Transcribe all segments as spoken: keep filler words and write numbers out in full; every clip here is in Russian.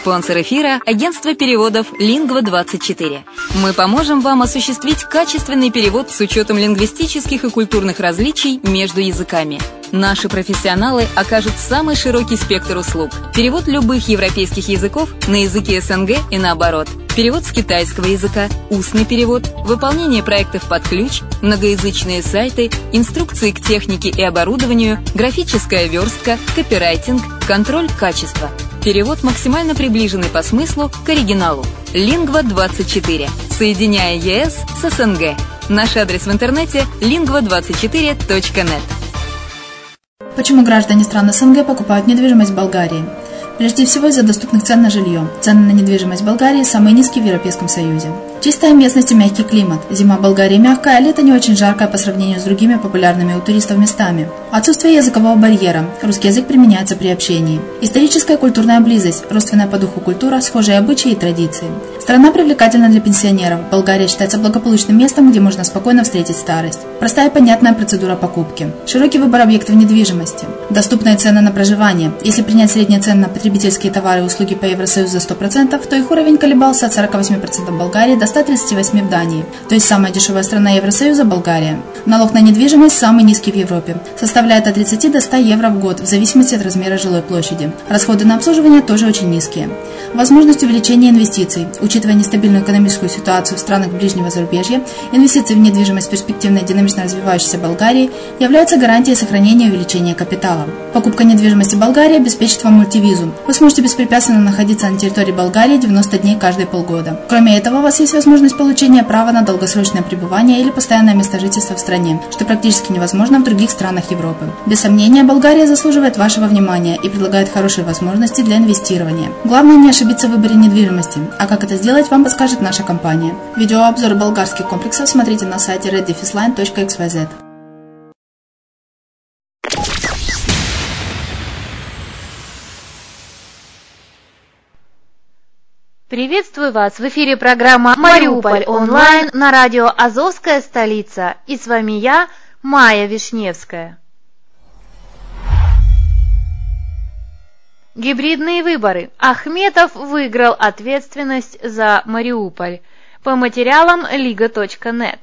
Спонсор эфира – агентство переводов Лингва двадцать четыре. Мы поможем вам осуществить качественный перевод с учетом лингвистических и культурных различий между языками. Наши профессионалы окажут самый широкий спектр услуг. Перевод любых европейских языков на языки СНГ и наоборот. Перевод с китайского языка, устный перевод, выполнение проектов под ключ, многоязычные сайты, инструкции к технике и оборудованию, графическая верстка, копирайтинг, контроль качества. Перевод максимально приближенный по смыслу к оригиналу. Лингва двадцать четыре. Соединяя ЕС с СНГ. Наш адрес в интернете лингва двадцать четыре точка нет. Почему граждане стран СНГ покупают недвижимость в Болгарии? Прежде всего из-за доступных цен на жилье. Цены на недвижимость в Болгарии самые низкие в Европейском Союзе. Чистая местность и мягкий климат. Зима в Болгарии мягкая, а лето не очень жаркое по сравнению с другими популярными у туристов местами. Отсутствие языкового барьера. Русский язык применяется при общении. Историческая и культурная близость. Родственная по духу культура, схожие обычаи и традиции. Страна привлекательна для пенсионеров. Болгария считается благополучным местом, где можно спокойно встретить старость. Простая и понятная процедура покупки. Широкий выбор объектов недвижимости. Доступные цены на проживание. Если принять средние цены на потребительские товары и услуги по Евросоюзу за сто процентов, то их уровень колебался от сорок восемь процентов в Болгарии до ста тридцати восьми процентов в Дании. То есть самая дешевая страна Евросоюза – Болгария. Налог на недвижимость самый низкий в Европе. Составляет от тридцати до ста евро в год, в зависимости от размера жилой площади. Расходы на обслуживание тоже очень низкие. Возможность увеличения инвестиций. Учитывая нестабильную экономическую ситуацию в странах ближнего зарубежья, инвестиции в недвижимость перспективной и динамично развивающейся Болгарии являются гарантией сохранения и увеличения капитала. Покупка недвижимости в Болгарии обеспечит вам мультивизу. Вы сможете беспрепятственно находиться на территории Болгарии девяносто дней каждые полгода. Кроме этого, у вас есть возможность получения права на долгосрочное пребывание или постоянное место жительства в стране, что практически невозможно в других странах Европы. Без сомнения, Болгария заслуживает вашего внимания и предлагает хорошие возможности для инвестирования. Главное не ошибиться в выборе недвижимости, а как это сделать, вам подскажет наша компания. Видеообзор болгарских комплексов смотрите на сайте red dash line точка икс вай зет. Приветствую вас! В эфире программа «Мариуполь онлайн» на радио «Азовская столица». И с вами я, Майя Вишневская. Гибридные выборы. Ахметов выиграл ответственность за Мариуполь. По материалам лига точка нет.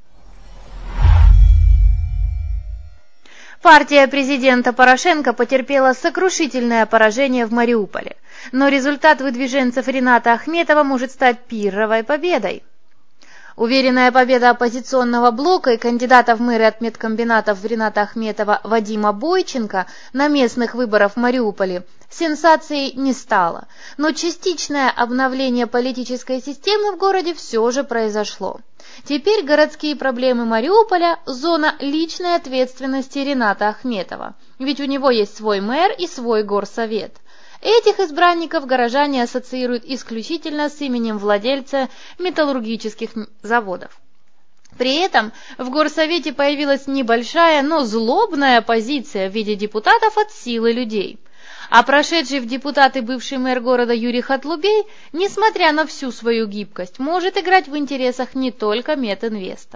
Партия президента Порошенко потерпела сокрушительное поражение в Мариуполе, но результат выдвиженцев Рената Ахметова может стать пирровой победой. Уверенная победа оппозиционного блока и кандидата в мэры от медкомбинатов Рената Ахметова Вадима Бойченко на местных выборах в Мариуполе сенсацией не стала, но частичное обновление политической системы в городе все же произошло. Теперь городские проблемы Мариуполя – зона личной ответственности Рената Ахметова, ведь у него есть свой мэр и свой горсовет. Этих избранников горожане ассоциируют исключительно с именем владельца металлургических заводов. При этом в горсовете появилась небольшая, но злобная оппозиция в виде депутатов от силы людей. А прошедший в депутаты бывший мэр города Юрий Хатлубей, несмотря на всю свою гибкость, может играть в интересах не только Метинвеста.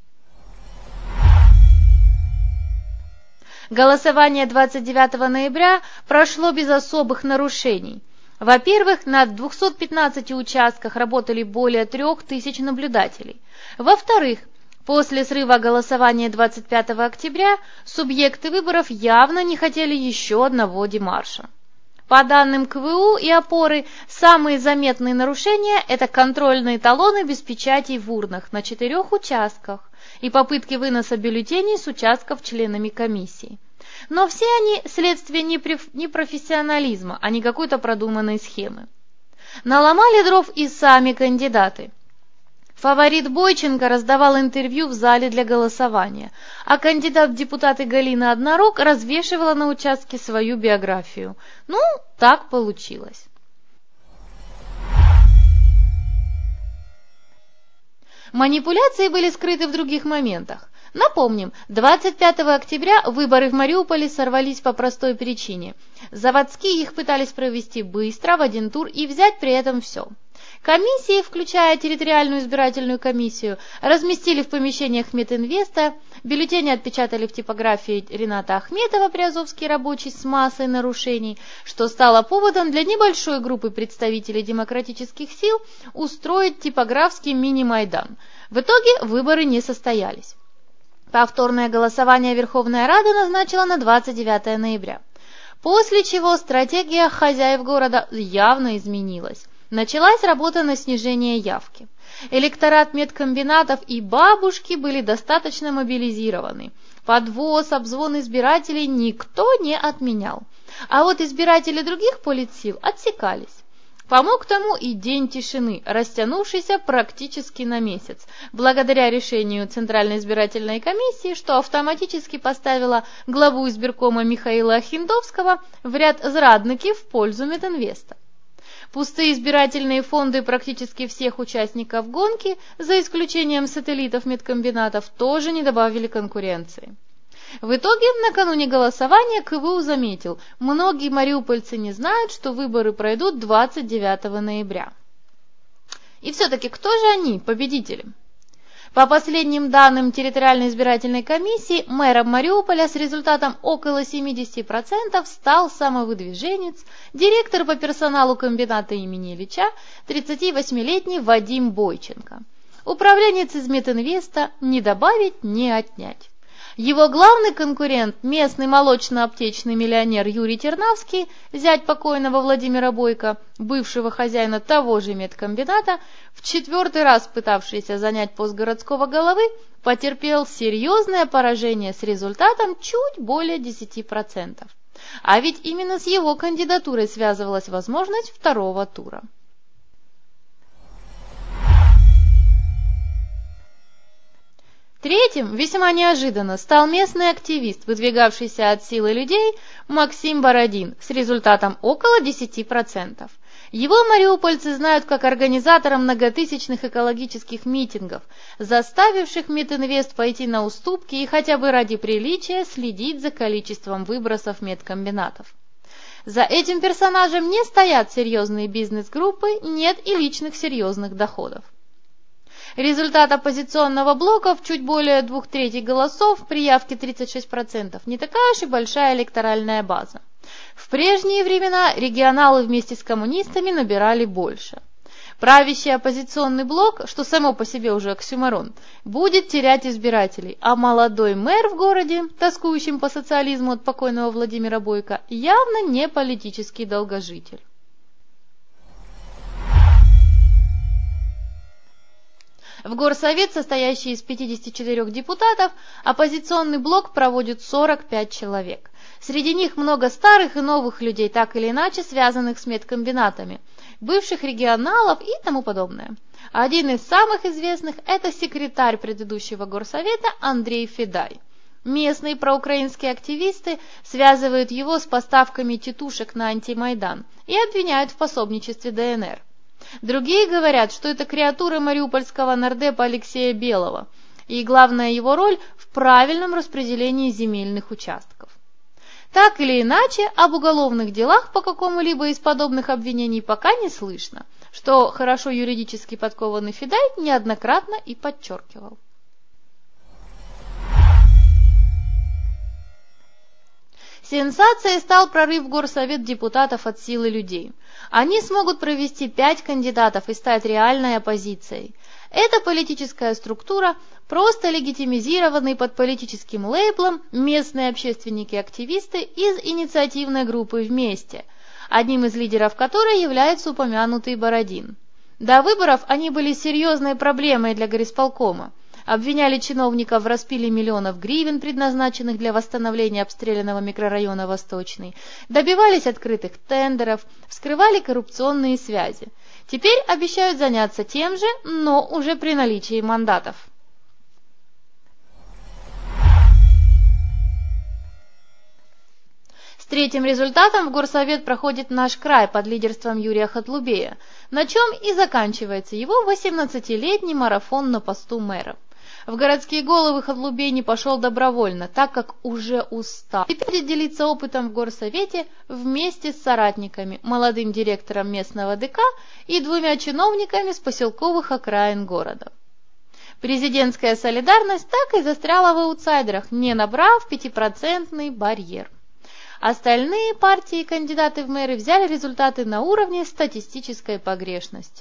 Голосование двадцать девятого ноября прошло без особых нарушений. Во-первых, на двухстах пятнадцати участках работали более трех тысяч наблюдателей. Во-вторых, после срыва голосования двадцать пятого октября субъекты выборов явно не хотели еще одного демарша. По данным ка вэ у и опоры, самые заметные нарушения – это контрольные талоны без печатей в урнах на четырех участках и попытки выноса бюллетеней с участков членами комиссии. Но все они следствие непрофессионализма, а не какой-то продуманной схемы. Наломали дров и сами кандидаты. Фаворит Бойченко раздавал интервью в зале для голосования, а кандидат в депутаты Галина Однорог развешивала на участке свою биографию. Ну, так получилось. Манипуляции были скрыты в других моментах. Напомним, двадцать пятого октября выборы в Мариуполе сорвались по простой причине. Заводские их пытались провести быстро, в один тур и взять при этом все. Комиссии, включая территориальную избирательную комиссию, разместили в помещениях Метинвеста, Бюллетени отпечатали в типографии Рената Ахметова, приазовский рабочий, с массой нарушений, что стало поводом для небольшой группы представителей демократических сил устроить типографский мини-майдан. В итоге выборы не состоялись. Повторное голосование Верховная Рада назначила на двадцать девятое ноября. После чего стратегия хозяев города явно изменилась. Началась работа на снижение явки. Электорат медкомбинатов и бабушки были достаточно мобилизированы. Подвоз, обзвон избирателей никто не отменял. А вот избиратели других политсил отсекались. Помог тому и день тишины, растянувшийся практически на месяц, благодаря решению Центральной избирательной комиссии, что автоматически поставило главу избиркома Михаила Ахиндовского в ряд зрадников в пользу Мединвеста. Пустые избирательные фонды практически всех участников гонки, за исключением сателлитов медкомбинатов, тоже не добавили конкуренции. В итоге, накануне голосования КВУ заметил, многие мариупольцы не знают, что выборы пройдут двадцать девятого ноября. И все-таки кто же они, победители? По последним данным территориальной избирательной комиссии, мэром Мариуполя с результатом около семидесяти процентов стал самовыдвиженец, директор по персоналу комбината имени Ильича, тридцативосьмилетний Вадим Бойченко. Управленец из Мединвеста не добавить, не отнять. Его главный конкурент, местный молочно-аптечный миллионер Юрий Тернавский, зять покойного Владимира Бойко, бывшего хозяина того же медкомбината, в четвертый раз пытавшийся занять пост городского головы, потерпел серьезное поражение с результатом чуть более десяти процентов. А ведь именно с его кандидатурой связывалась возможность второго тура. Третьим, весьма неожиданно, стал местный активист, выдвигавшийся от силы людей, Максим Бородин, с результатом около десяти процентов. Его мариупольцы знают как организатора многотысячных экологических митингов, заставивших Мединвест пойти на уступки и хотя бы ради приличия следить за количеством выбросов медкомбинатов. За этим персонажем не стоят серьезные бизнес-группы, нет и личных серьезных доходов. Результат оппозиционного блока в чуть более двух третей голосов при явке тридцать шесть процентов не такая уж и большая электоральная база. В прежние времена регионалы вместе с коммунистами набирали больше. Правящий оппозиционный блок, что само по себе уже оксюморон, будет терять избирателей, а молодой мэр в городе, тоскующим по социализму от покойного Владимира Бойко, явно не политический долгожитель. В горсовет, состоящий из пятидесяти четырёх депутатов, оппозиционный блок проводит сорок пять человек. Среди них много старых и новых людей, так или иначе связанных с медкомбинатами, бывших регионалов и тому подобное. Один из самых известных – это секретарь предыдущего горсовета Андрей Федай. Местные проукраинские активисты связывают его с поставками тетушек на антимайдан и обвиняют в пособничестве ДНР. Другие говорят, что это креатура мариупольского нардепа Алексея Белого, и главная его роль в правильном распределении земельных участков. Так или иначе, об уголовных делах по какому-либо из подобных обвинений пока не слышно, что хорошо юридически подкованный Федай неоднократно и подчеркивал. Сенсацией стал прорыв в горсовет депутатов от силы людей. Они смогут провести пять кандидатов и стать реальной оппозицией. Эта политическая структура просто легитимизированный под политическим лейблом местные общественники-активисты из инициативной группы «Вместе», одним из лидеров которой является упомянутый Бородин. До выборов они были серьезной проблемой для горисполкома. Обвиняли чиновников в распиле миллионов гривен, предназначенных для восстановления обстрелянного микрорайона Восточный, добивались открытых тендеров, вскрывали коррупционные связи. Теперь обещают заняться тем же, но уже при наличии мандатов. С третьим результатом в горсовет проходит «Наш край» под лидерством Юрия Хатлубея, на чем и заканчивается его восемнадцатилетний марафон на посту мэра. В городские головы Хатлубей не пошел добровольно, так как уже устал. Теперь будет делиться опытом в горсовете вместе с соратниками, молодым директором местного ДК и двумя чиновниками с поселковых окраин города. Президентская солидарность так и застряла в аутсайдерах, не набрав пятипроцентный барьер. Остальные партии и кандидаты в мэры взяли результаты на уровне статистической погрешности.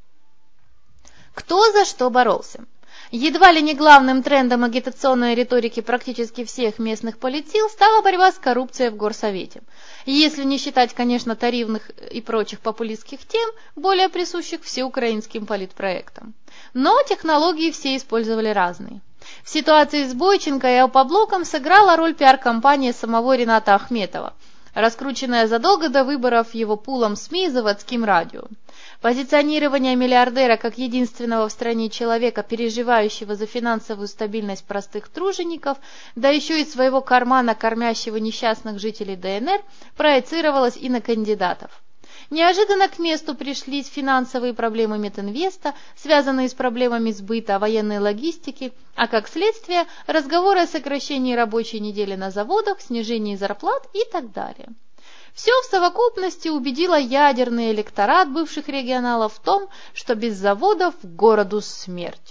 Кто за что боролся? Едва ли не главным трендом агитационной риторики практически всех местных политсил стала борьба с коррупцией в горсовете. Если не считать, конечно, тарифных и прочих популистских тем, более присущих всеукраинским политпроектам. Но технологии все использовали разные. В ситуации с Бойченко и Опоблоком сыграла роль пиар-компания самого Рената Ахметова, раскрученная задолго до выборов его пулом СМИ и заводским радио. Позиционирование миллиардера как единственного в стране человека, переживающего за финансовую стабильность простых тружеников, да еще и своего кармана, кормящего несчастных жителей ДНР, проецировалось и на кандидатов. Неожиданно к месту пришлись финансовые проблемы Метинвеста, связанные с проблемами сбыта, военной логистики, а как следствие разговоры о сокращении рабочей недели на заводах, снижении зарплат и так далее. Все в совокупности убедило ядерный электорат бывших регионалов в том, что без заводов городу смерть.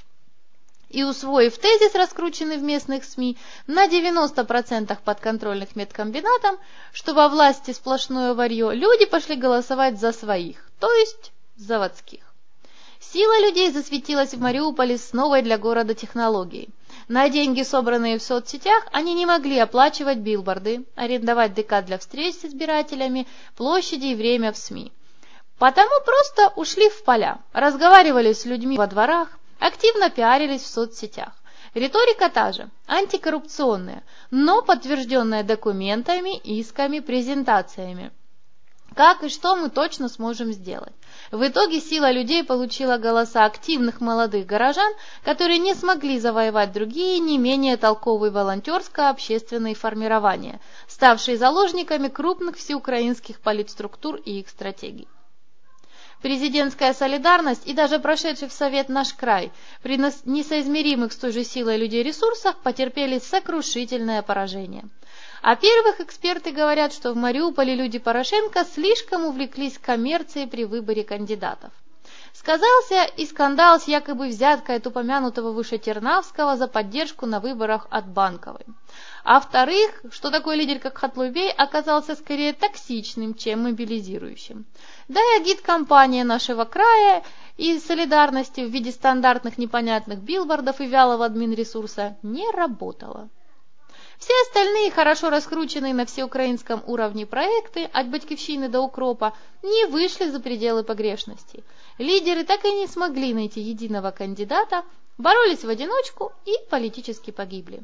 И усвоив тезис, раскрученный в местных СМИ, на девяноста процентах подконтрольных медкомбинатам, что во власти сплошное варье, люди пошли голосовать за своих, то есть заводских. Сила людей засветилась в Мариуполе с новой для города технологией. На деньги, собранные в соцсетях, они не могли оплачивать билборды, арендовать ДК для встреч с избирателями, площади и время в СМИ. Потому просто ушли в поля, разговаривали с людьми во дворах, активно пиарились в соцсетях. Риторика та же, антикоррупционная, но подтвержденная документами, исками, презентациями. Как и что мы точно сможем сделать? В итоге сила людей получила голоса активных молодых горожан, которые не смогли завоевать другие, не менее толковые волонтерско-общественные формирования, ставшие заложниками крупных всеукраинских политструктур и их стратегий. Президентская солидарность и даже прошедший в Совет «Наш край» при несоизмеримых с той же силой людей ресурсах потерпели сокрушительное поражение. О первых эксперты говорят, что в Мариуполе люди Порошенко слишком увлеклись коммерцией при выборе кандидатов. Сказался и скандал с якобы взяткой от упомянутого выше Тернавского за поддержку на выборах от Банковой. А вторых, что такой лидер, как Хатлубей, оказался скорее токсичным, чем мобилизирующим. Да и агит-компания нашего края и солидарности в виде стандартных непонятных билбордов и вялого админресурса не работала. Все остальные, хорошо раскрученные на всеукраинском уровне проекты, от Батькивщины до Укропа, не вышли за пределы погрешности. Лидеры так и не смогли найти единого кандидата, боролись в одиночку и политически погибли.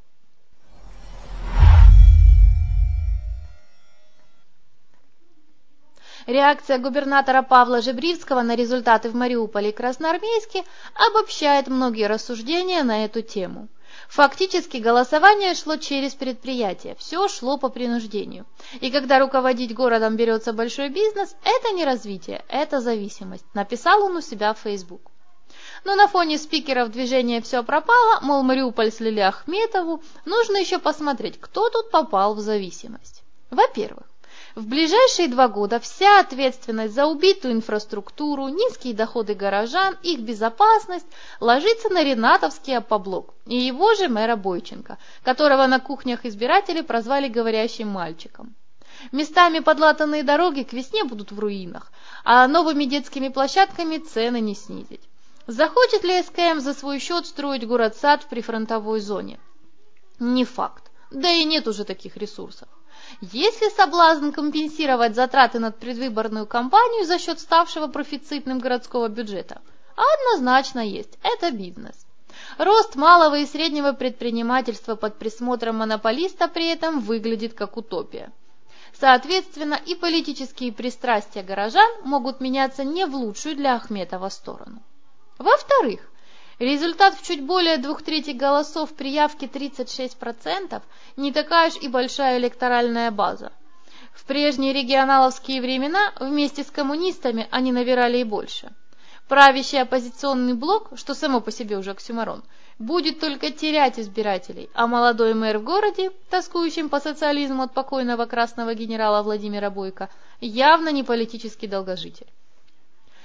Реакция губернатора Павла Жебривского на результаты в Мариуполе и Красноармейске обобщает многие рассуждения на эту тему. Фактически голосование шло через предприятие, все шло по принуждению. И когда руководить городом берется большой бизнес, это не развитие, это зависимость, написал он у себя в Facebook. Но на фоне спикеров движения «Все пропало», мол, Мариуполь слили Ахметову, нужно еще посмотреть, кто тут попал в зависимость. Во-первых, в ближайшие два года вся ответственность за убитую инфраструктуру, низкие доходы горожан, их безопасность ложится на ренатовский Опоблок и его же мэра Бойченко, которого на кухнях избиратели прозвали говорящим мальчиком. Местами подлатанные дороги к весне будут в руинах, а новыми детскими площадками цены не снизить. Захочет ли СКМ за свой счет строить город-сад в прифронтовой зоне? Не факт, да и нет уже таких ресурсов. Есть ли соблазн компенсировать затраты на предвыборную кампанию за счет ставшего профицитным городского бюджета? Однозначно есть, это бизнес. Рост малого и среднего предпринимательства под присмотром монополиста при этом выглядит как утопия. Соответственно, и политические пристрастия горожан могут меняться не в лучшую для Ахметова сторону. Во-вторых, результат в чуть более двух третей голосов при явке тридцать шесть процентов не такая уж и большая электоральная база. В прежние регионаловские времена вместе с коммунистами они набирали и больше. Правящий оппозиционный блок, что само по себе уже оксюморон, будет только терять избирателей, а молодой мэр в городе, тоскующим по социализму от покойного красного генерала Владимира Бойко, явно не политический долгожитель.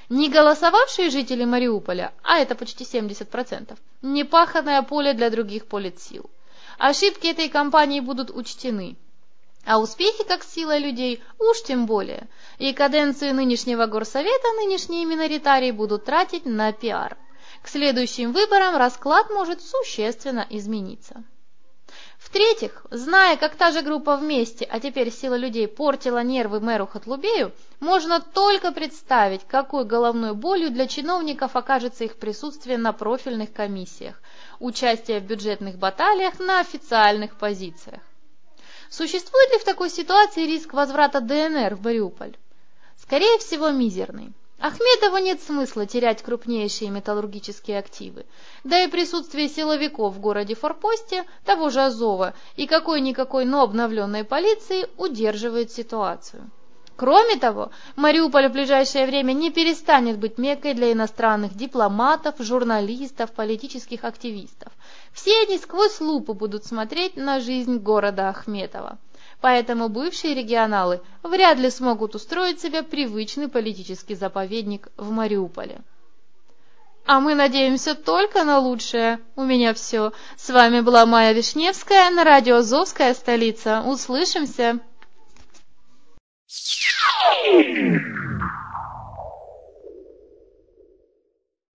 Не голосовавшие жители Мариуполя, а это почти семьдесят процентов, непаханное поле для других политсил. Ошибки этой кампании будут учтены. А успехи как сила людей уж тем более. И каденцию нынешнего горсовета нынешние миноритарии будут тратить на пиар. К следующим выборам расклад может существенно измениться. В-третьих, зная, как та же группа вместе, а теперь сила людей, портила нервы мэру Хатлубею, можно только представить, какой головной болью для чиновников окажется их присутствие на профильных комиссиях, участие в бюджетных баталиях на официальных позициях. Существует ли в такой ситуации риск возврата ДНР в Мариуполь? Скорее всего, мизерный. Ахметову нет смысла терять крупнейшие металлургические активы, да и присутствие силовиков в городе-форпосте, того же Азова, и какой-никакой, но обновленной полиции удерживает ситуацию. Кроме того, Мариуполь в ближайшее время не перестанет быть меккой для иностранных дипломатов, журналистов, политических активистов. Все они сквозь лупу будут смотреть на жизнь города Ахметова. Поэтому бывшие регионалы вряд ли смогут устроить себе привычный политический заповедник в Мариуполе. А мы надеемся только на лучшее. У меня все. С вами была Майя Вишневская на радио «Азовская столица». Услышимся!